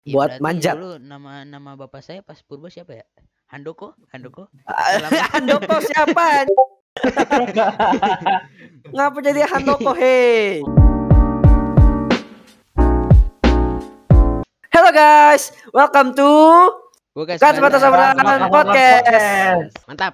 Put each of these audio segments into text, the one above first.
Ya, buat berarti manjat. dulu nama bapak saya pas Purba siapa ya? Handoko. Handoko siapa? Ngapa jadi Handoko hei? Hello guys, welcome to Bukan Sebatas Obrolan Podcast. Mantap.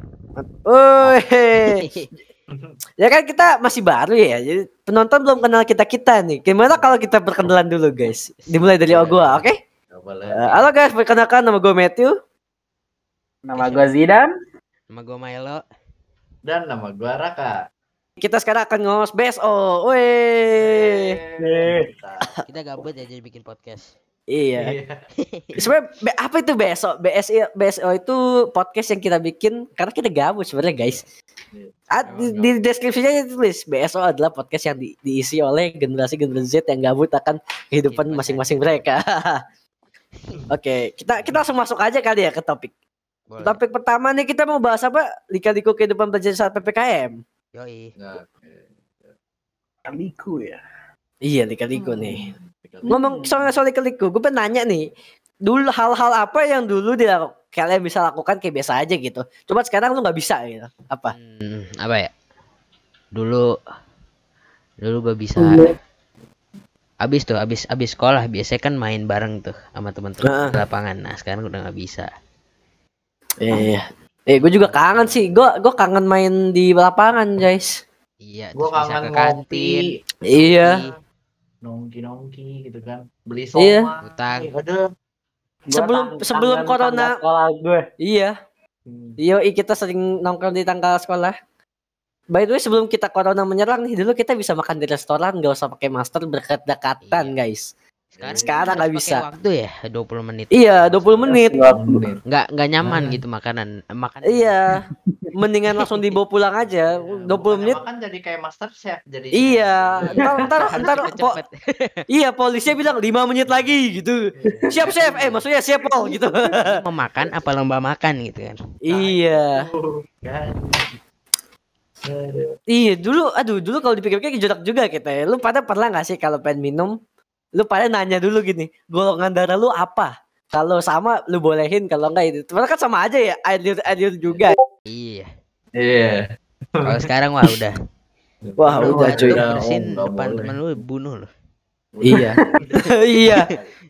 Woi, ya kan kita masih baru ya, jadi penonton belum kenal kita nih. Gimana kalau kita perkenalan dulu guys? Dimulai dari gua, oke? Halo guys, perkenalkan nama gue Matthew. Nama gue Zidan. Nama gue Milo. Dan nama gue Raka. Kita sekarang akan ngomong BSO. Woi. Kita gabut ya jadi bikin podcast. Iya. Sebenarnya apa itu BSO? BSO itu podcast yang kita bikin karena kita gabut sebenarnya guys. Di deskripsinya tulis BSO adalah podcast yang diisi oleh generasi Z yang gabut akan kehidupan masing-masing mereka. Oke, kita langsung masuk aja kali ya ke topik. Boleh. Topik pertama nih kita mau bahas apa? Lika-liku kehidupan belajar saat PPKM. Yoi. Lika-liku ya. Iya, lika-liku nih. Ngomong soal lika-liku, gue pengen nanya nih. Dulu hal-hal apa yang dulu kalian bisa lakukan kayak biasa aja gitu. Coba sekarang lu nggak bisa gitu. Apa? Apa ya? Dulu gue bisa. Abis sekolah biasanya kan main bareng tuh sama teman-teman di lapangan. Nah sekarang udah nggak bisa. Iya. Gue juga kangen sih. Gue kangen main di lapangan, guys. Iya. Gue kangen ke kantin. Iya. Nongki gitu kan. Beli soma. Iya. Utang. Sebelum corona. Sekolah gue. Iya. Iya, kita sering nongkrong di tangga sekolah. By the way, sebelum kita corona menyerang nih, dulu kita bisa makan di restoran, gak usah pakai masker berdekat-dekatan, guys. Sekarang nggak bisa. Waktu ya 20 menit. Iya 20 menit. Nggak nyaman gitu makan. Iya. Mendingan langsung dibawa pulang aja. 20 menit. Makan jadi kayak master chef. Jadi iya. Ntar iya polisinya bilang 5 menit lagi gitu. Siap chef. Maksudnya siap Pol gitu. Mau makan apa lomba makan gitu kan. Iya. Iya dulu kalau dipikir-pikir jorok juga kita ya. Lu pada pernah nggak sih kalau pengen minum? Lu pada nanya dulu gini, golongan darah lu apa? Kalau sama lu bolehin, kalau enggak itu. Padahal kan sama aja ya, air juga. Iya. Kalau sekarang udah cuy. Bersin depan temen lu bunuh lu. Iya. Iya.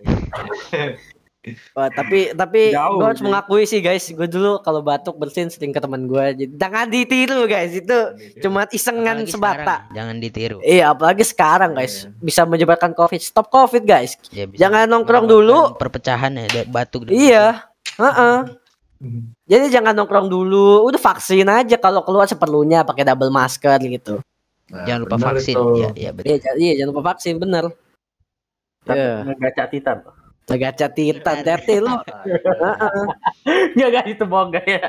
Wah, tapi gue harus mengakui sih guys, gue dulu kalau batuk bersin sering ke teman gue. Jangan ditiru guys, itu cuma isengan sebata. Jangan ditiru. Iya, apalagi sekarang guys, bisa menyebabkan COVID. Stop COVID guys. Ya, jangan nongkrong dulu. Perpecahan ya, batuk. Iya. Jadi jangan nongkrong dulu. Udah vaksin aja kalau keluar seperlunya, pakai double masker gitu. Jangan lupa vaksin. Iya betul. Iya, jangan lupa vaksin, bener. Ngegaca titan. Ngegaca titan, Terti lu. Nggak itu bohong ya.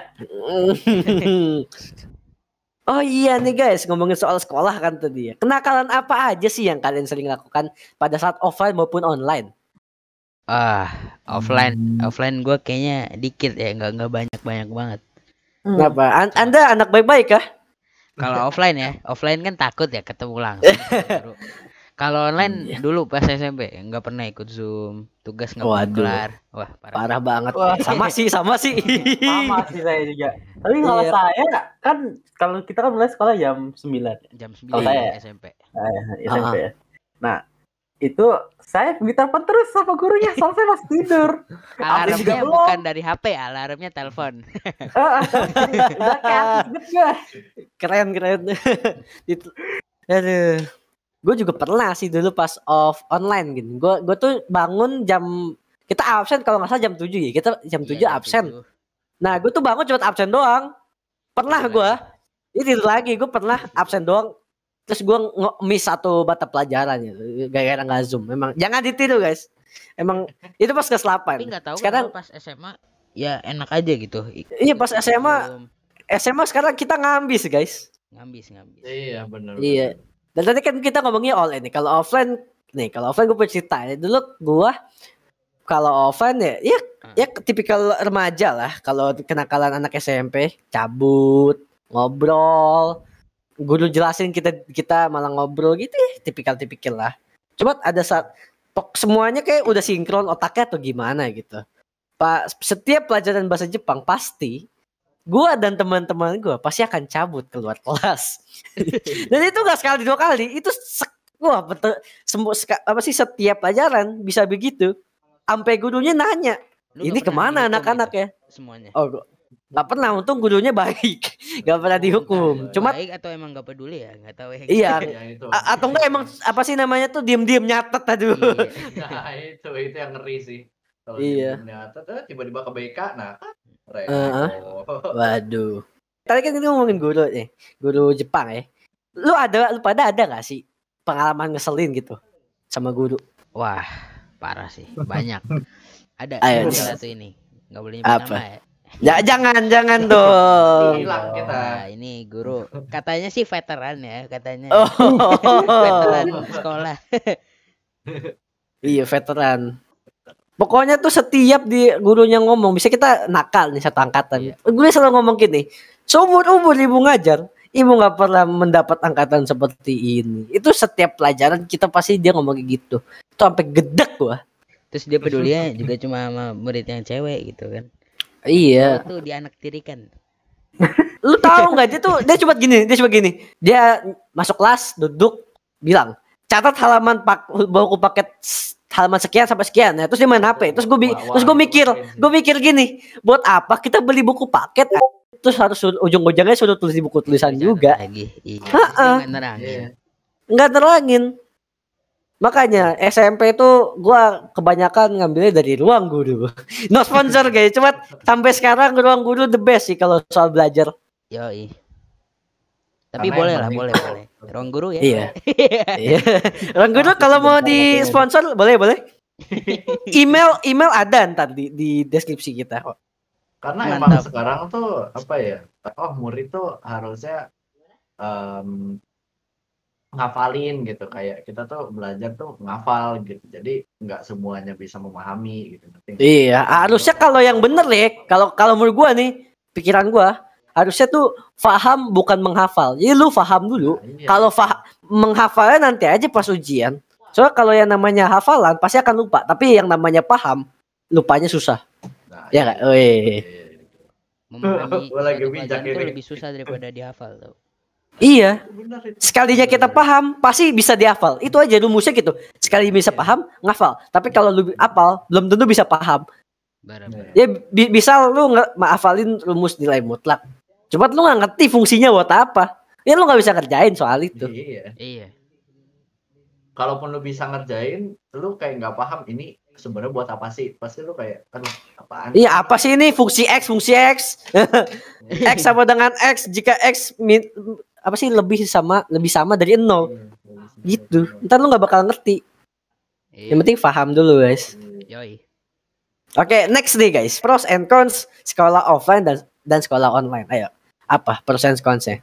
Oh iya nih guys, ngomongin soal sekolah kan tadi ya. Kenakalan apa aja sih yang kalian sering lakukan pada saat offline maupun online? Offline gue kayaknya dikit ya, nggak banyak banget. Kenapa? Anda anak baik-baik kah? Kalau offline kan takut ya ketemu langsung. Kalau online dulu pas SMP nggak pernah ikut Zoom, tugas nggak pernah kelar. Wah parah banget. Sama sih. Sama sih saya juga. Tapi kalau saya kan kalau kita kan mulai sekolah jam 9. Jam 9 SMP. SMP ya. Nah, itu saya ditelepon terus sama gurunya sampai pas tidur. Alarmnya bukan dari HP, alarmnya telepon. Keren. Aduh. Gue juga pernah sih dulu pas off online gitu. Gue tuh bangun kita absen kalau nggak salah jam 7 ya. Kita jam 7 absen. 7. Nah, gue tuh bangun cuma absen doang. Pernah gue. Ini tidur lagi, gue pernah absen doang. Terus gue miss satu mata pelajaran gitu. Gara-gara nggak Zoom. Memang jangan ditiru guys. Emang itu pas kelas 8. Tapi nggak tahu sekarang pas SMA ya enak aja gitu. Iya pas SMA sekarang kita ngambis guys. Ngambis. Iya benar. Iya. Dan tadi kan kita ngomongnya online nih. Kalau offline gue punya cerita. Dulu gue kalau offline ya tipikal remaja lah. Kalau kenakalan anak SMP, cabut, ngobrol, guru jelasin kita malah ngobrol gitu ya. Tipikal lah. Coba ada saat semuanya kayak udah sinkron otaknya atau gimana gitu. Pak, setiap pelajaran bahasa Jepang pasti gua dan teman-teman gua pasti akan cabut keluar kelas. Dan itu gak sekali 2 kali, itu wah betul setiap pelajaran bisa begitu. Sampai gurunya nanya, Lu ini nggak pernah kemana dihukum anak-anak gitu, ya? semuanya? Oh, nggak pernah, untung gurunya baik, nggak pernah dihukum. Cuma Baik atau emang gak peduli ya, nggak tahu ya. iya, Ya, itu. atau enggak emang apa sih namanya tuh diem-diem nyatet aduh. Iya. Nah, itu yang ngeri sih. Kalau Iya. tiba-tiba ke BK, nah kan Heeh. repot. Waduh. Tadi kan kita ngomongin guru nih, guru Jepang ya. Lu pada ada gak sih pengalaman ngeselin gitu sama guru? Wah, parah sih, banyak. Ada Ayo, satu ini, nggak boleh nyebut apa? nama ya. Ya jangan dong. Hilang kita. Nah, ini guru katanya sih veteran ya, katanya. Oh. Veteran sekolah. Iya veteran. Pokoknya tuh setiap di gurunya ngomong, bisa kita nakal nih satu angkatan. Iya. Gue selalu ngomong gini, seumur-umur ibu ngajar, ibu nggak pernah mendapat angkatan seperti ini. Itu setiap pelajaran kita pasti dia ngomong gitu. Itu sampai gedek gua. Terus dia pedulinya juga cuma sama murid yang cewek gitu kan. Iya. Itu dianak tirikan. Lu tahu nggak dia cuma gini. Dia masuk kelas, duduk, bilang, catat halaman buku paket halaman sekian sampai sekian ya. Terus dia main HP. Terus gue mikir gini, buat apa kita beli buku paket? Terus harus ujung-ujungnya suruh tulis di buku tulisan juga. Lagi. Iya. Ha-ha. Nggak nerangin. Nggak terangin. Makanya SMP itu gua kebanyakan ngambilnya dari ruang guru. No sponsor guys, cuma sampai sekarang ruang guru the best sih kalau soal belajar. Yoi. Tapi Karena boleh yang lah, penting boleh. tuh- Ruang guru ya. Iya. Iya. Ruang guru kalau mau di sponsor boleh. Email ada ntar di deskripsi kita kok. Karena Mantap. emang sekarang tuh apa ya? Oh, murid tuh harusnya ngafalin gitu, kayak kita tuh belajar tuh ngafal gitu. Jadi nggak semuanya bisa memahami gitu. Iya, harusnya kalau yang bener ya, kalau menurut gua nih, pikiran gua harusnya tuh faham bukan menghafal. Jadi lu faham dulu. Nah, iya. Kalau menghafalnya nanti aja pas ujian. Soalnya kalau yang namanya hafalan pasti akan lupa, tapi yang namanya paham lupanya susah. Nah, Ya nggak? Weh. Memahami Gua lagi suatu bijak pelajaran tuh ini. lebih susah daripada dihafal tau. Iya. Bener itu. Sekalinya kita paham, pasti bisa dihafal. Itu aja rumusnya gitu. Sekali bisa paham, ngafal. Tapi kalau lu hafal, belum tentu bisa paham. Barabar. Ya bisa lu hafalin rumus nilai mutlak. Cuma lu nggak ngerti fungsinya buat apa. Ya lu nggak bisa kerjain soal itu. Iya. Iya. Kalaupun lu bisa ngerjain, lu kayak nggak paham ini sebenarnya buat apa sih? Pasti lu kayak, aduh, apaan? Iya apa sih ini fungsi X? X sama dengan X jika X apa sih lebih sama dari 0 gitu. Ntar lu nggak bakal ngerti. Iya. Yang penting paham dulu guys. Yoi. Oke, next nih guys. Pros and cons sekolah offline dan sekolah online. Ayo. Apa pros and cons-nya?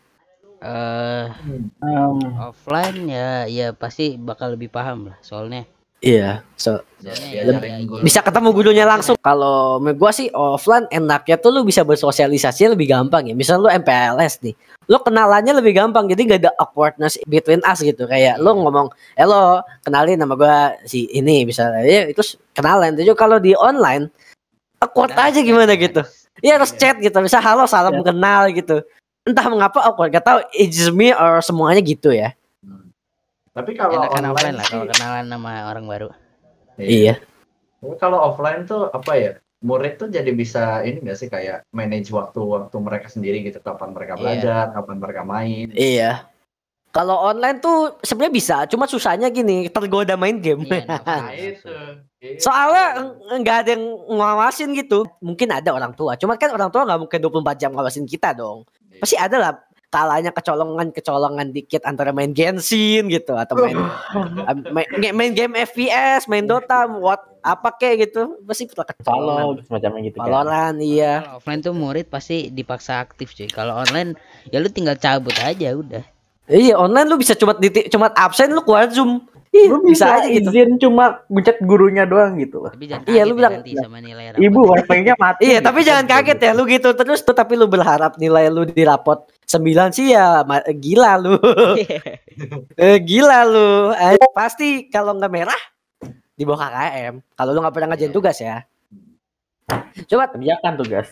Offline ya pasti bakal lebih paham lah soalnya. Iya. So Diajarin guru. bisa ketemu gurunya langsung. Kalau menurut gua sih offline enaknya tuh lu bisa bersosialisasi lebih gampang ya. Misal lu MPLS nih, lu kenalannya lebih gampang, jadi gak ada awkwardness between us gitu. Kayak lu ngomong, "Halo, kenalin nama gua si ini," misalnya. Ya itu kenalan. Tapi kalau di online awkward aja gimana gitu. Iya harus chat gitu. Bisa halo, salam kenal gitu. Entah mengapa awkward. Gak tahu it's me or semuanya gitu ya. Tapi kalau Enakan offline online lah kalau sih, kenalan sama orang baru. Iya. Tapi kalau offline tuh apa ya? Murid tuh jadi bisa ini nggak sih, kayak manage waktu mereka sendiri gitu, kapan mereka belajar, kapan mereka main. Iya. Kalau online tuh sebenarnya bisa, cuma susahnya gini, tergoda main game. Iya, nafsu, Nah, nafsu. itu. Soalnya nggak ada yang ngawasin gitu. Mungkin ada orang tua, cuma kan orang tua nggak mungkin 24 jam ngawasin kita dong. Pasti ada lah kalanya kecolongan dikit antara main Genshin gitu atau main game FPS, main Dota, apa kayak gitu. Pasti Follow kecolongan. semacamnya gitu kan. Valorant iya. Kalau offline tuh murid pasti dipaksa aktif cuy. Kalau online ya lu tinggal cabut aja udah. Iya, online lu bisa cuma absen lu keluar Zoom. Iya, Lu bisa bisa aja gitu. izin cuma guncet gurunya doang gitu loh. Tapi jangan Iya, kaget lu ya bilang, nanti sama nilai rapot. Ibu wifi-nya mati. Iya, gitu. tapi jangan kaget ya lu gitu terus tuh, tapi lu berharap nilai lu di rapot 9 sih ya gila lu. Gila lu. Pasti kalau nggak merah di bawah KKM. Kalau lu nggak pernah ngajain Iya. tugas ya. Cuma Kerjakan tugas.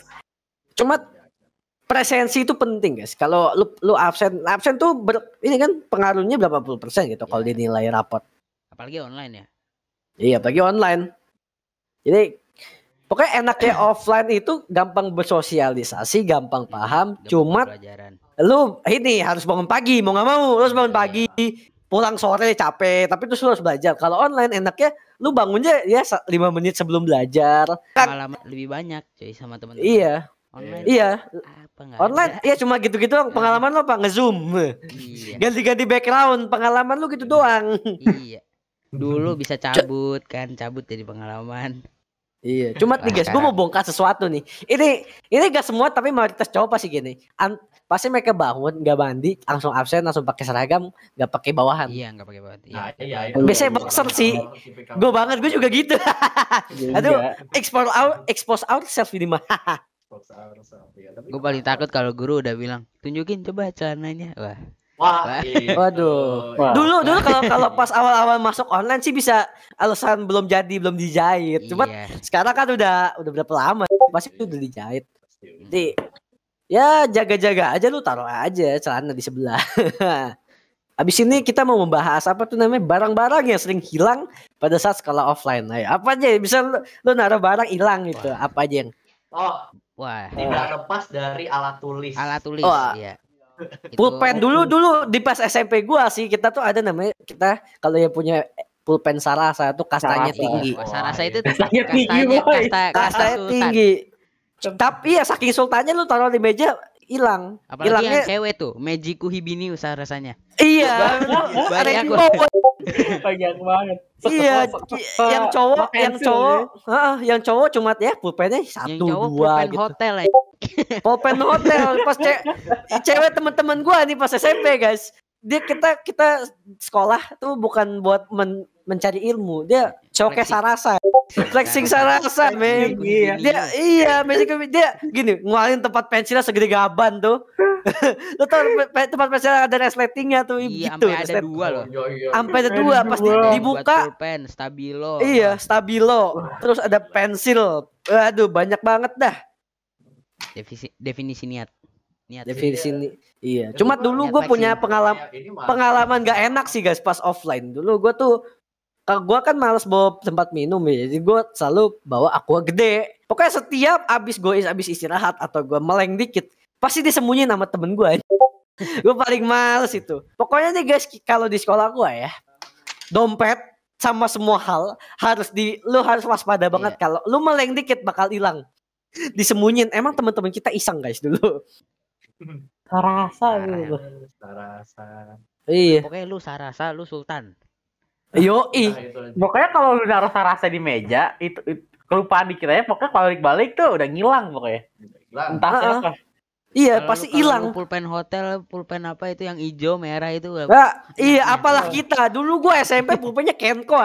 presensi itu penting guys. Kalau lu absen tuh ini kan pengaruhnya berapa puluh persen gitu kalau Iya. dinilai rapot. Apalagi online ya. Iya, apalagi online. Jadi pokoknya enaknya offline itu gampang bersosialisasi, gampang paham. Gampang Cuma pelajaran. lu ini harus bangun pagi, mau nggak mau lu harus bangun Iya. pagi, pulang sore capek, tapi terus lu harus belajar. Kalau online enaknya lu bangunnya ya 5 menit sebelum belajar. Pengalaman lebih banyak cuy sama teman-teman. Iya, Online iya. apa nggak Online ada. ya cuma gitu-gitu doang. Pengalaman lu apa? Nge-zoom. Iya. Ganti-ganti background, pengalaman lu gitu doang. Iya. Dulu bisa cabut jadi pengalaman. Iya, cuma nih guys, gue mau bongkar sesuatu nih. Ini gak semua tapi mayoritas cowok pasti gini. Pasti mereka bangun, gak mandi, langsung absen, langsung pakai seragam, gak pakai bawahan. Iya, nggak pakai banget. Iya. Nah, iya, Biasanya boxer sih. Gue banget, gue juga gitu. Aduh, expose ourselves ini mah. Gue paling takut kalau guru udah bilang, tunjukin coba celananya. Wah, iya. Waduh. Wah. Dulu kalau pas awal-awal masuk online sih bisa alasan belum dijahit. Cuma Iya. sekarang kan udah berapa lama pasti udah dijahit. Jadi ya jaga-jaga aja, lu taruh aja celana di sebelah. Abis ini kita mau membahas apa tuh namanya barang-barang yang sering hilang pada saat sekolah offline. Ayo, apa aja yang bisa lu naruh barang hilang gitu? Apa aja yang Oh, Wah, tidak lepas dari alat tulis. alat tulis. Wah. Iya. Itu- pulpen dulu di pas SMP gua sih kita tuh ada namanya, kita kalau yang punya pulpen Sarasa tuh kastanya Sarasa. tinggi. Wah, Sarasa itu Kastanya tinggi, boy. Kastanya sultan. tinggi. Tapi ya saking sultannya lu taruh di meja hilang. Apalagi Hilangnya yang cewek tuh, Mejiku Hibini usaha rasanya. iya. Banyak rainbow. Banyak banget. Iya, yang cowok yang cowok cuma ya pulpennya Yang satu cowok dua pulpen gitu. hotel ya. Pulpen hotel pas cewek teman-teman gua nih pas SMP guys. Dia kita sekolah tuh bukan buat mencari ilmu, dia showcase Sarasa. Flexing Sarasa, men. Iya. Dia dia gini, ngeluarin tempat pensilnya segede gaban tuh. Lu tau tempat pensil ada resletingnya tuh Iya, gitu. sampai ada dua loh. Sampai ada dua pas dibuka. Buat pulpen, stabilo. Iya, stabilo. Terus ada pensil. Aduh, banyak banget dah. Definisi niat. Definisi ini. Iya. Cuma dulu gue punya pengalaman gak enak sih guys pas offline. Dulu gue tuh kan males bawa tempat minum ya. Jadi gue selalu bawa aqua gede. Pokoknya setiap abis istirahat atau gue meleng dikit, pasti disembunyiin sama temen gue. Gue paling males itu. Pokoknya nih guys, kalau di sekolah gue ya, dompet sama semua hal lu harus waspada banget. Kalau lu meleng dikit bakal hilang. Disembunyiin. Emang teman-teman kita iseng guys dulu. Sarasa Parah. lu. Sarasa. Iya. Pokoknya lu Sarasa, lu Sultan. Yoi. Nah, itu aja. Pokoknya kalau lu naruh Sarasa di meja itu kelupaan dikit aja, pokoknya kalau balik tuh udah ngilang pokoknya. Hilang. Entah siapa. Iya, Kalau pasti lu hilang. pulpen hotel, pulpen apa itu yang hijau, merah itu. Nah, iya, apalah kita. Dulu gue SMP pulpennya Kenko.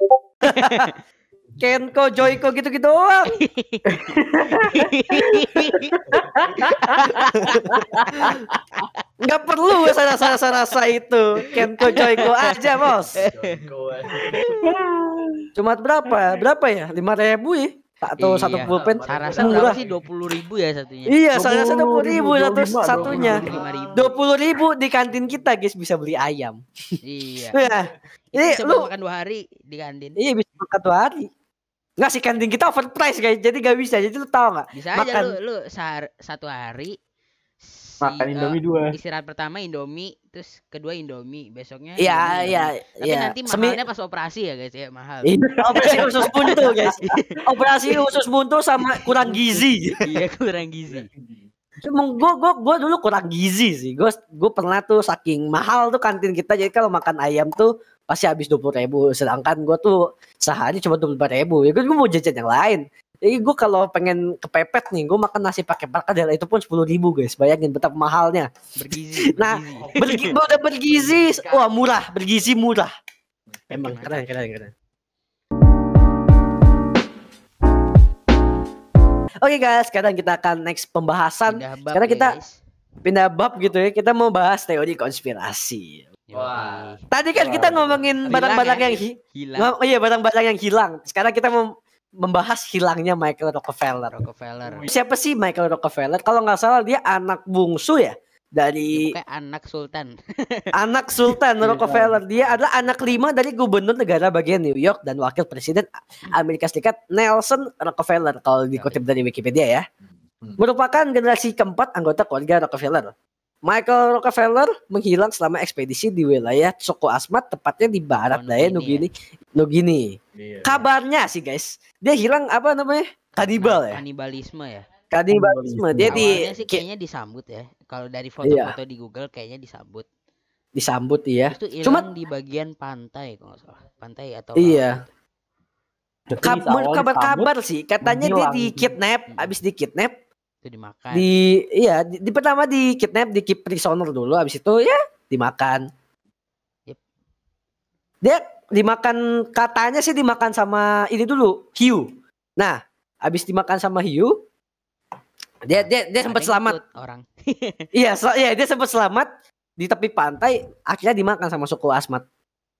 Kenko, Joyko gitu-gitu doang. Nggak perlu rasa itu. Kenko, Joyko aja, Bos. Cuma berapa? Berapa ya? 5.000 ya? Atau satu Iya. pulpen? Sarasa Murah. berapa sih? 20.000 ya satunya. Iya, Sarasa 20.000 satunya. 25.000. 20.000 di kantin kita, guys, bisa beli ayam. Iya. Nah, ini Bisa lu makan 2 hari di kantin. iya bisa makan 2 hari. Nggak sih, kantin kita overprice guys, jadi gak bisa. Jadi lu tahu nggak? Bisa aja makan. lu satu hari Makan Indomie 2. istirahat pertama Indomie, terus kedua Indomie, besoknya Iya, Indomie. iya, Tapi iya. nanti mahalnya pas operasi ya guys ya, mahal. Iya, operasi usus buntu guys. Operasi usus buntu sama kurang gizi. Iya, kurang gizi. Cuma gue dulu kurang gizi sih. Gue pernah tuh saking mahal tuh kantin kita, jadi kalau makan ayam tuh pasti habis 20.000. Sedangkan gue tuh sehari cuma 24.000. Ya gue mau jajan yang lain. Jadi gue kalau pengen kepepet nih, gue makan nasi pakai perkedel itu pun 10.000 guys. Bayangin betapa mahalnya. Bergizi. Nah, udah bergizi, wah murah, bergizi murah. Emang keren. Oke guys, sekarang kita akan next pembahasan. Pindah bab Sekarang ya, kita guys. pindah bab gitu ya. Kita mau bahas teori konspirasi. Wah. Tadi kan kita ngomongin barang-barang yang hilang. iya, barang-barang yang hilang. Sekarang kita mau membahas hilangnya Michael Rockefeller. Siapa sih Michael Rockefeller? Kalau nggak salah dia anak bungsu ya dari Kayak anak sultan. anak Sultan Rockefeller. Dia adalah anak 5 dari gubernur negara bagian New York dan wakil presiden Amerika Serikat Nelson Rockefeller kalau dikutip dari Wikipedia ya. Merupakan generasi keempat anggota keluarga Rockefeller. Michael Rockefeller menghilang selama ekspedisi di wilayah suku Asmat, tepatnya di barat daya Nugini. Iya. Kabarnya sih guys, dia hilang apa namanya? Kanibal ya. Kanibalisme ya. Kanibalisme. Dia Awalnya sih kayaknya disambut ya. Kalau dari foto-foto di Google kayaknya disambut. disambut ya. Terus itu hilang di bagian pantai kalau nggak salah. Pantai atau Iya. Awalnya Kabar-kabar sih katanya dia menghilang. di-kidnap, habis di-kidnap, itu dimakan. di pertama di-kidnap, di keep prisoner dulu, habis itu ya dimakan. Yep. Dia dimakan, katanya sih dimakan sama ini dulu, hiu. Nah, habis dimakan sama hiu, dia sempat Ada selamat. ikut orang. Iya, dia sempat selamat di tepi pantai, akhirnya dimakan sama suku Asmat.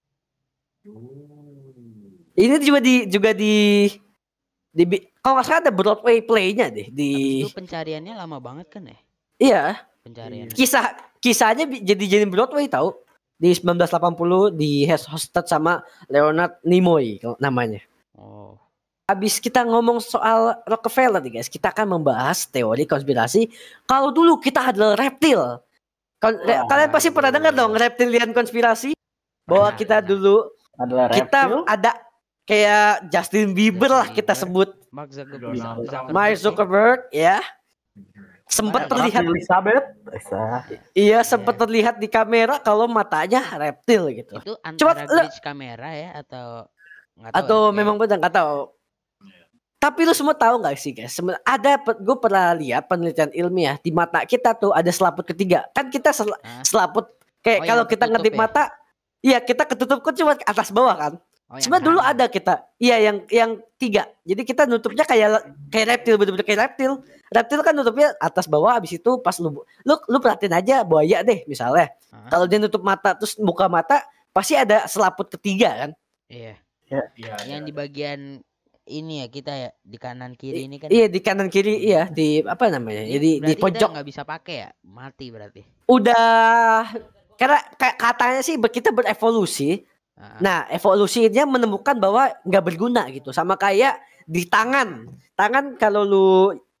Ini juga di kalau nggak salah ada Broadway play-nya deh di. Itu pencariannya lama banget kan ya? Iya, Pencarian. kisahnya jadi Broadway tahu di 1980 di hosted sama Leonard Nimoy namanya. Oh. Habis kita ngomong soal Rockefeller nih guys, kita akan membahas teori konspirasi. Kalau dulu kita adalah reptil. Kalian pasti pernah dengar dong reptilian konspirasi bahwa kita dulu adalah kita ada kayak Justin Bieber lah kita sebut, Mark Mark Zuckerberg ya. Sempat terlihat Elizabeth. iya, sempat terlihat di kamera kalau matanya reptil gitu. Itu antara glitch kamera ya atau nggak tahu atau ya, memang benar nggak tahu. Tapi lu semua tahu nggak sih guys? Gue pernah lihat penelitian ilmiah di mata kita tuh ada selaput ketiga. Kan kita selaput kayak kalau kita ngedip mata, iya kita ketutup kan cuma atas bawah kan. Sebenarnya dulu ada kita, iya yang 3. Jadi kita nutupnya kayak reptil, bener-bener kayak reptil. Reptil kan nutupnya atas bawah, habis itu pas lu perhatiin aja buaya deh misalnya. Kalau dia nutup mata terus buka mata, pasti ada selaput ketiga kan? Iya. Ya. Yang di bagian ini ya kita ya di kanan kiri ini kan. Iya di kanan kiri, iya di apa namanya? Jadi di pojok. Nggak bisa pakai ya, mati berarti. Udah, karena katanya sih kita berevolusi. Nah, evolusinya menemukan bahwa nggak berguna gitu. Sama kayak di tangan kalau lu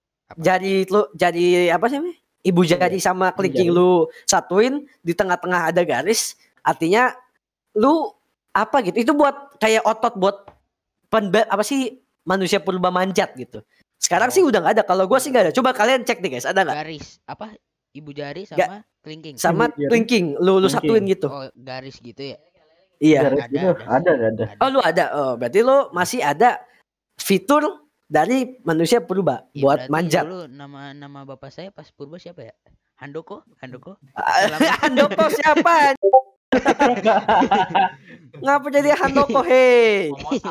jadi apa sih? Ibu jari sama kelingking lu satuin di tengah-tengah ada garis, artinya lu apa gitu. Itu buat kayak otot buat apa sih manusia purba manjat gitu. Sekarang sih udah nggak ada. Kalau gua sih nggak ada. Coba kalian cek deh guys, ada nggak? Garis apa? Ibu jari sama kelingking. Sama kelingking lu satuin gitu. Oh, garis gitu ya. Iya. Ada. Oh, lu ada. Oh, berarti lu masih ada fitur dari manusia purba buat manjat. Dulu nama bapak saya pas purba siapa ya? Handoko. Handoko siapa? Ngapa jadi Handoko hei?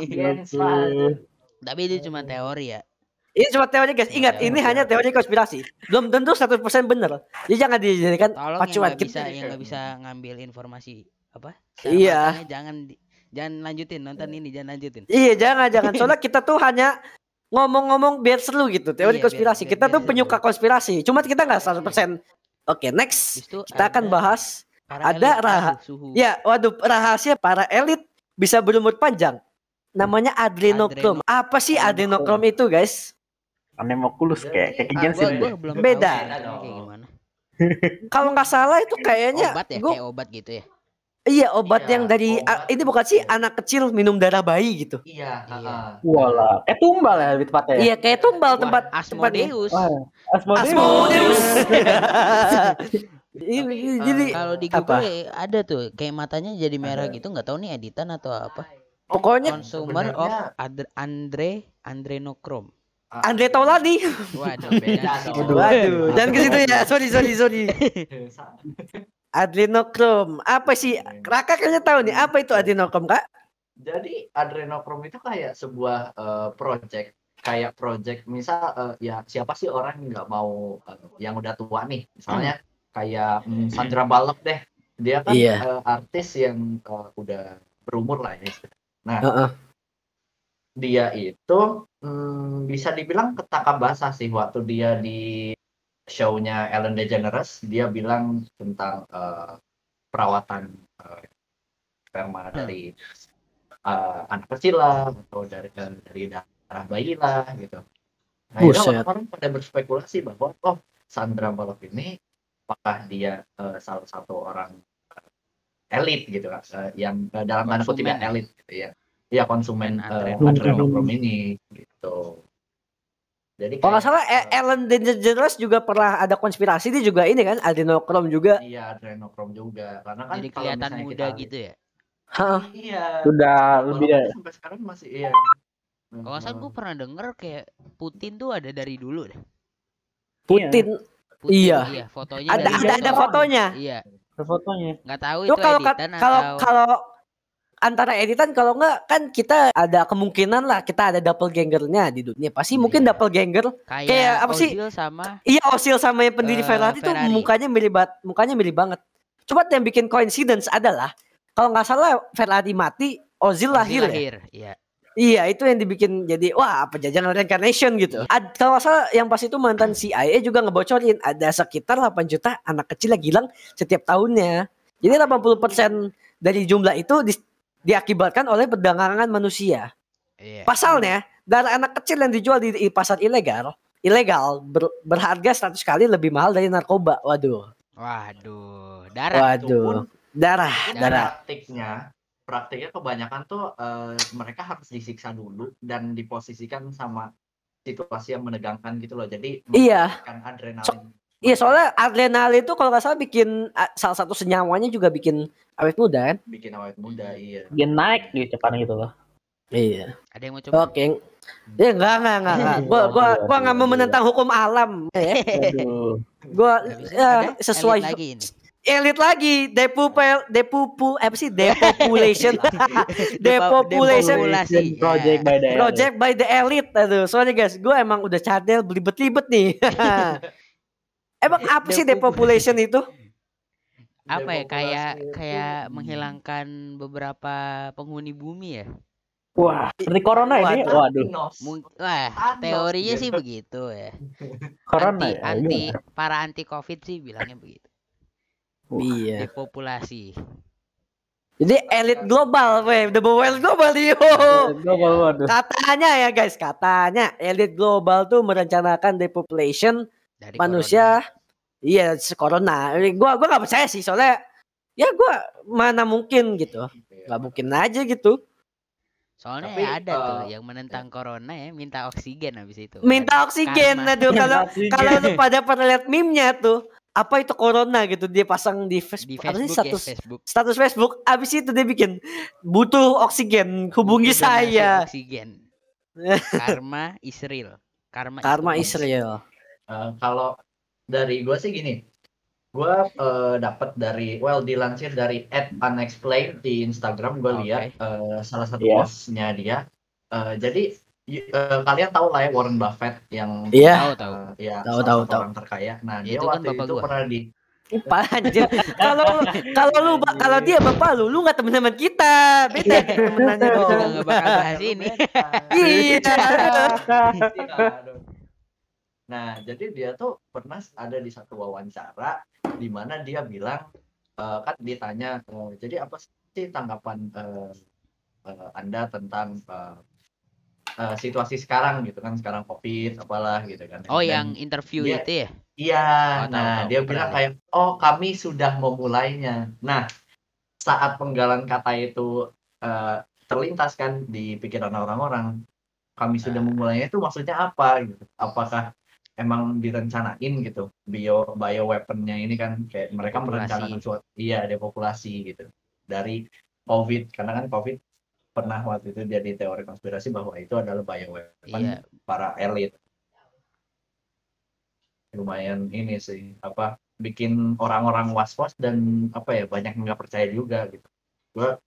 Tapi itu cuma teori ya. Ini cuma teori guys. Ingat, ini hanya teori konspirasi. Belum tentu 100% benar. Jadi jangan dijadikan pacuan. Yang nggak bisa ngambil informasi apa? Iya. Jangan lanjutin nonton ini, jangan lanjutin. Iya, jangan. Soalnya kita tuh hanya ngomong-ngomong biar seru gitu. Teori konspirasi. Kita tuh penyuka konspirasi. Cuma kita nggak 100%. Oke, next. Kita akan bahas ada rahasia para elit bisa berumur panjang. Namanya adrenochrome. Apa sih adrenochrome itu, guys? Anemoculus kayak Jensen. Beda. Kalau nggak salah itu kayaknya obat ya, kayak obat gitu ya. Iya, obat yang dari ini bukan sih anak kecil minum darah bayi gitu. Iya. Walah, kayak tumbal ya lebih tepatnya. Iya, kayak tumbal tempat Asmodeus. Asmodeus. Jadi kalau di Google ada tuh kayak matanya jadi merah gitu, nggak tahu nih editan atau apa. Pokoknya consumer of adrenochrome. Andre Taulani. Waduh, beda. Waduh, jangan ke situ ya. Sorry. Adrenochrome. Apa sih? Raka kayaknya tahu nih, apa itu adrenochrome, Kak? Jadi adrenochrome itu kayak sebuah project, misal ya siapa sih orang yang nggak mau yang udah tua nih, misalnya kayak Sandra Bullock deh. Dia kan Iya. artis yang udah berumur lah ya. Nah, Heeh. dia itu bisa dibilang ketangkap basah sih waktu dia di show-nya Ellen DeGeneres. Dia bilang tentang perawatan sperma dari anak kecil lah, atau dari darah bayi lah gitu. Nah, itu Buset. orang pada berspekulasi bahwa Sandra Bullock ini apakah dia salah satu orang elit gitu kan, yang dalam tanda kutip Konsumen ya? elit gitu ya. Iya, konsumen Adrenokrom. adrenokrom ini gitu. Jadi Kalau nggak kayak salah Ellen DeGeneres juga pernah ada konspirasi, dia juga ini kan adrenokrom juga. iya, adrenokrom juga. Karena kan Jadi kalau kelihatan misalnya muda kita gitu ya. Hah. iya, Sudah Sandra lebih Bullock dari sampai sekarang masih iya. Kalau nggak salah gue pernah denger kayak Putin tuh ada dari dulu deh. Putin. Putin, Iya. iya, fotonya Ada dari ada dulu. fotonya. Iya, fotonya. nggak tahu Tuh itu kalau editan kalau atau kalau antara editan, kalau nggak kan kita ada kemungkinan lah kita ada doppelgangernya di dunia. Pasti mungkin Iya. doppelganger. kayak Kayak apa sih? Ozil sama Iya, Ozil sama yang pendiri Ferrari tuh Ferrari. mukanya mirip banget. Coba yang bikin coincidence adalah kalau nggak salah Ferrari mati, Ozil lahir ya. lahir, iya. Iya, itu yang dibikin jadi wah apa jajan reincarnation gitu. Kalau nggak salah yang pas itu mantan CIA juga ngebocorin ada sekitar 8 juta anak kecil yang hilang setiap tahunnya. Jadi 80% dari jumlah itu diakibatkan oleh perdagangan manusia. Iya. Pasalnya, darah anak kecil yang dijual di pasar ilegal berharga 100 kali lebih mahal dari narkoba. Waduh. Waduh, darah. Waduh. Darah. Praktiknya kebanyakan tuh mereka harus disiksa dulu dan diposisikan sama situasi yang menegangkan gitu loh. Jadi Iya. mengeluarkan adrenalin. Iya, soalnya adrenalin itu kalau nggak salah bikin salah satu senyawanya juga bikin awet muda kan? Bikin awet muda, iya. Dia naik di depan gitu loh. Iya. Ada yang mau coba? Oke. Ya enggak. Gua nggak mau menentang hukum alam ya. Aduh. Gua Habis itu ya, ada sesuai elit lagi ini. elit lagi depopulation Depopulasi. Project by the project by the elite. Aduh, soalnya guys, gue emang udah cadel belibet-libet nih. Emang apa sih depopulation itu? Apa ya, Depopulasi kayak itu, menghilangkan beberapa penghuni bumi ya. Wah, seperti corona ini. Waduh. Wah, teorinya sih begitu ya. Corona ya. Para anti Covid sih bilangnya begitu. Iya. Depopulasi. Jadi elit global, the world global nih. Katanya ya guys, katanya elit global tuh merencanakan depopulation Dari manusia. Iya, corona. Gua nggak percaya sih, soalnya ya gua mana mungkin gitu. Nggak mungkin aja gitu. Soalnya Tapi, ada tuh yang menentang corona ya, minta oksigen habis itu. Minta oksigen. Aduh, kalau lu pada lihat meme-nya tuh, apa itu corona gitu, dia pasang di Facebook, status Facebook. Abis itu dia bikin butuh oksigen, hubungi saya. Oksigen. Karma is real. Karma is real. Kalau dari gue sih gini, gue dapat dari dilansir dari @unexplained di Instagram. Gue lihat salah satu postnya dia. Jadi kalian tahu lah ya Warren Buffett yang tahu orang terkaya. Nah, dia itu waktu kan itu pernah di Anjir. Kalau dia bapak lu nggak teman-teman kita. Beda temenannya dong. Kita nggak bakal bahas ini. Iya. Nah, jadi dia tuh pernah ada di satu wawancara di mana dia bilang, kan ditanya, jadi apa sih tanggapan Anda tentang situasi sekarang gitu kan, sekarang COVID apalah gitu kan. Oh, yang interview itu ya? Iya, dia bilang kayak, kami sudah memulainya. Nah, saat penggalan kata itu terlintas kan di pikiran orang-orang, kami sudah memulainya itu maksudnya apa gitu? Apakah emang direncanain gitu bio weaponnya ini kan, kayak mereka merencanakan suatu depopulasi gitu dari COVID, karena kan COVID pernah waktu itu jadi teori konspirasi bahwa itu adalah bio weapon para elit. Lumayan ini sih bikin orang-orang was-was dan banyak yang nggak percaya juga gitu. Gua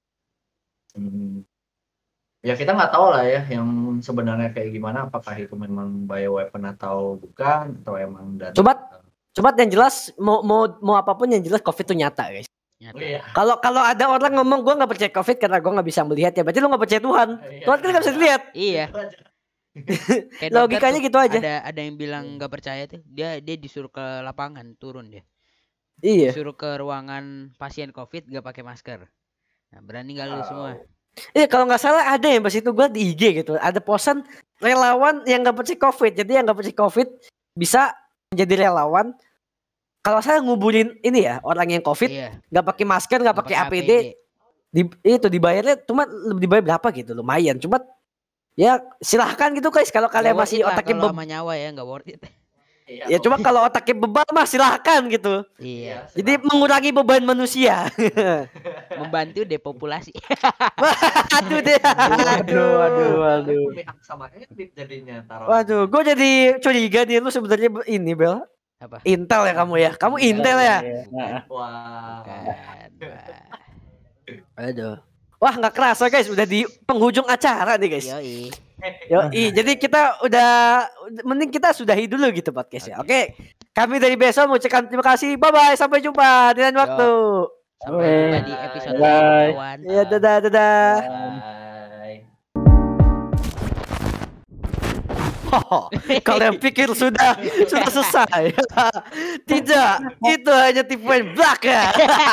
ya kita nggak tahu lah ya yang sebenarnya kayak gimana, apakah itu memang bioweapon atau bukan, atau emang dari Coba yang jelas mau apapun yang jelas COVID itu nyata guys. Nyata. Oh iya. Kalau ada orang ngomong gue nggak percaya COVID karena gue nggak bisa melihat ya, berarti lu nggak percaya Tuhan. Iya. Tuhan kan nggak bisa dilihat. Iya. Kayak Logikanya dokter tuh, gitu aja. Ada yang bilang nggak percaya tuh. Dia disuruh ke lapangan, turun dia. Iya. Disuruh ke ruangan pasien COVID gak pakai masker. Nah, berani gak lu semua? Iya kalau nggak salah ada yang pas itu gue di IG gitu, ada posan relawan yang nggak percaya COVID. Jadi yang nggak percaya COVID bisa menjadi relawan. Kalau saya nguburin ini ya orang yang COVID Iya. nggak pakai masker, nggak pakai APD, itu dibayarnya cuma dibayar berapa gitu, lumayan. Cuma ya silahkan gitu guys kalau kalian masih otaknya sama nyawa ya nggak worth it. Iya, ya cuma kalau otaknya bebal mah silahkan gitu. Iya. Jadi mengurangi beban manusia. Membantu depopulasi. Aduh deh. Waduh. Pihak sama Edit jadinya taruh. Waduh, gue jadi curiga nih lu sebenarnya ini Bel. Apa? Intel ya kamu ya. Kamu Intel ya. Wah. Bukan. Aduh. Wah nggak kerasa guys, udah di penghujung acara nih guys. Yoi. Jadi kita udah mending kita sudahi dulu gitu podcastnya. Oke. Kami dari Beso mengucapkan terima kasih. Bye bye, sampai jumpa di lain waktu. Sampai jumpa di episode Bye. lain kawan. Ya dadah. Bye. Kalian pikir sudah selesai? Tidak, itu hanya tipuan belaka.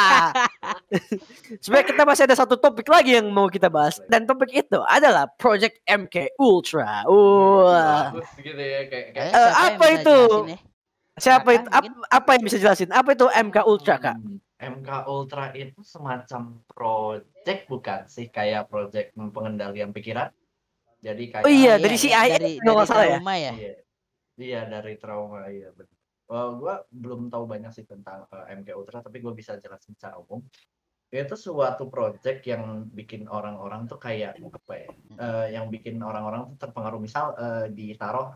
Sebenarnya kita masih ada satu topik lagi yang mau kita bahas, dan topik itu adalah Project MK Ultra. Wah, Bagus gitu ya kayak Siapa yang apa bisa itu? jelasin ya? Siapa Kakak itu? mungkin? Apa yang bisa jelasin? Apa itu MK Ultra kak? MK Ultra itu semacam project bukan sih, kayak project pengendalian pikiran. Jadi kayak Oh iya, Ah, dari CIA dari kalau nggak salah ya. trauma ya. Iya dari trauma, iya betul. Gue belum tahu banyak sih tentang MK Ultra, tapi gue bisa jelasin secara umum. Itu suatu project yang bikin orang-orang tuh kayak apa ya? Yang bikin orang-orang tuh terpengaruh. Misal ditaruh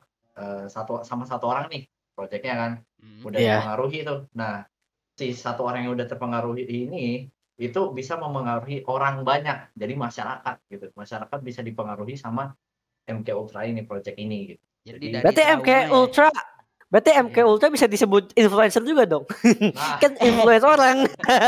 satu orang nih projectnya kan, udah Iya. dipengaruhi tuh. Nah, si satu orang yang udah terpengaruhi ini itu bisa memengaruhi orang banyak. Jadi masyarakat gitu. Masyarakat bisa dipengaruhi sama MK Ultra ini, project ini gitu. Jadi dari Berarti MK trauma ya. Ultra, berarti MK Ultra bisa disebut influencer juga dong. Nah, Kan influence orang.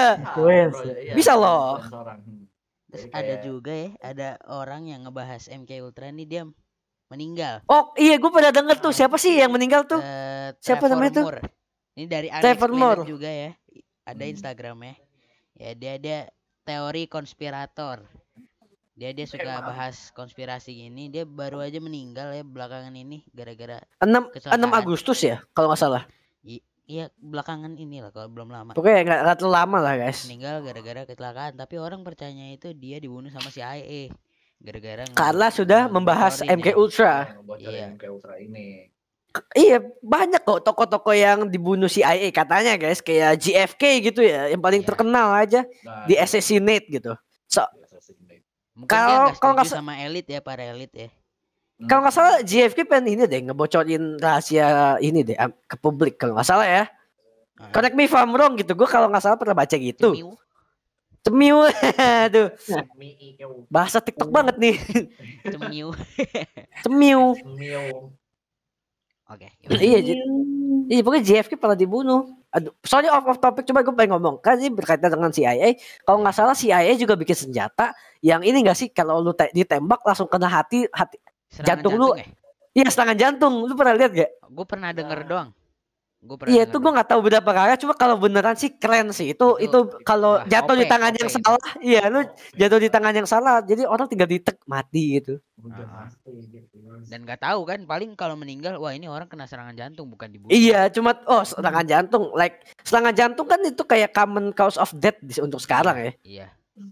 iya, Bisa loh. influence orang. Terus Jadi ada kayak- juga ya, ada orang yang ngebahas MK Ultra nih dia meninggal. Oh iya, gue pernah denger tuh. Siapa sih yang meninggal tuh? Siapa Trevor namanya tuh? Moore. Ini dari Trevor Unexplained Moore. juga ya. Ada Instagramnya. Ya dia teori konspirator. Dia suka Emang. bahas konspirasi gini. Dia baru aja meninggal ya belakangan ini gara-gara 6 Kecelakaan. Agustus ya, kalau nggak salah. iya belakangan ini lah kalau belum lama. Pokoknya nggak terlalu lama lah guys. Meninggal gara-gara kecelakaan, tapi orang percayanya itu dia dibunuh sama CIA gara-gara Karena sudah membahas ngebocorin MK ya. Ultra. ngebocorin Iya. MK Ultra ini. Iya, banyak kok toko-toko yang dibunuh CIA katanya guys, kayak JFK gitu ya, yang paling Iya. terkenal aja Nah, di assassinate gitu. Mungkin Kalau- dia kalau nggak nggak setuju sama elit ya, para elit ya. Kalau nggak salah JFK pengen ini deh ngebocorin rahasia ini deh ke publik kalau nggak salah ya. Correct me if I'm wrong gitu. Gue kalau nggak salah pernah baca gitu. Cemiu. Cemiu. Aduh, Cemiu. bahasa TikTok banget nih. Cemiu. Cemiu. Cemiu. Oke. Iya, iya pokoknya JFK pernah dibunuh. Aduh, sorry off topic, coba gue pengen ngomong kan ini berkaitan dengan CIA. Kalau nggak salah CIA juga bikin senjata yang ini nggak sih, kalau lu ditembak langsung kena hati Serangan jantung lu. ya? Iya, serangan jantung. Lu pernah lihat gak? Gue pernah denger doang. Iya, itu gue nggak tahu berapa kali. Cuma kalau beneran sih keren sih. Itu kalau wah, jatuh di OP, tangan yang itu. salah, iya lu jatuh di tangan yang salah. Jadi orang tinggal ditek mati gitu. Udah Ah. pasti gitu. Dan nggak tahu kan, paling kalau meninggal, wah ini orang kena serangan jantung bukan dibunuh. Iya, cuma serangan jantung. Like serangan jantung kan itu kayak common cause of death untuk sekarang ya. Iya.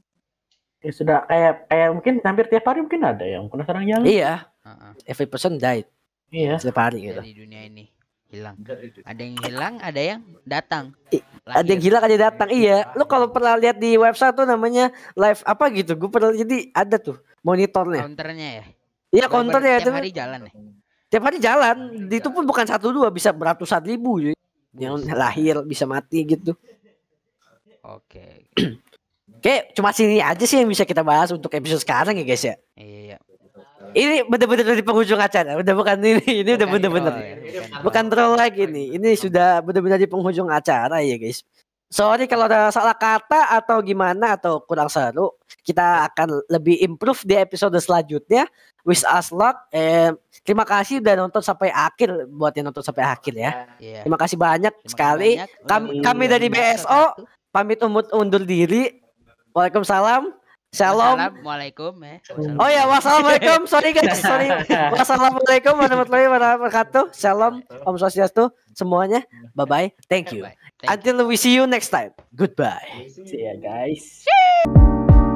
Ya sudah kayak mungkin hampir tiap hari mungkin ada yang kena serangan jantung. Iya, Heeh. every person died Iya. setiap hari gitu. Dari dunia ini hilang. Ada yang hilang, ada yang datang. Ada yang gila kan dia datang. Iya, lu kalau pernah lihat di website tuh namanya live apa gitu. Gue pernah, jadi ada tuh monitornya. Counternya ya. Iya, counternya itu. Tiap hari jalan ya. Tiap hari jalan. Itu pun bukan 1-2, bisa beratusan ribu cuy. Yang lahir bisa mati gitu. Oke. Oke, cuma sini aja sih yang bisa kita bahas untuk episode sekarang ya guys ya. Iya. Ini bener-bener di penghujung acara. Udah bukan ini udah bener-bener. troll ya, Bukan troll lagi nih. Ini sudah benar-benar di penghujung acara ya guys. Sorry kalau ada salah kata atau gimana atau kurang seru. Kita akan lebih improve di episode selanjutnya. Wish us luck. Terima kasih udah nonton sampai akhir, buat yang nonton sampai akhir ya. Iya. Terima kasih banyak sekali. Kami dari BSO pamit undur diri. Waalaikumsalam. Shalom. Assalamualaikum ya. Oh ya, wassalamualaikum. Sorry guys, sorry. Wassalamualaikum warahmatullahi wabarakatuh. Shalom, Om Swastiastu semuanya. Bye bye. Thank you. Bye. Thank you. Until we see you next time. Goodbye. See ya guys.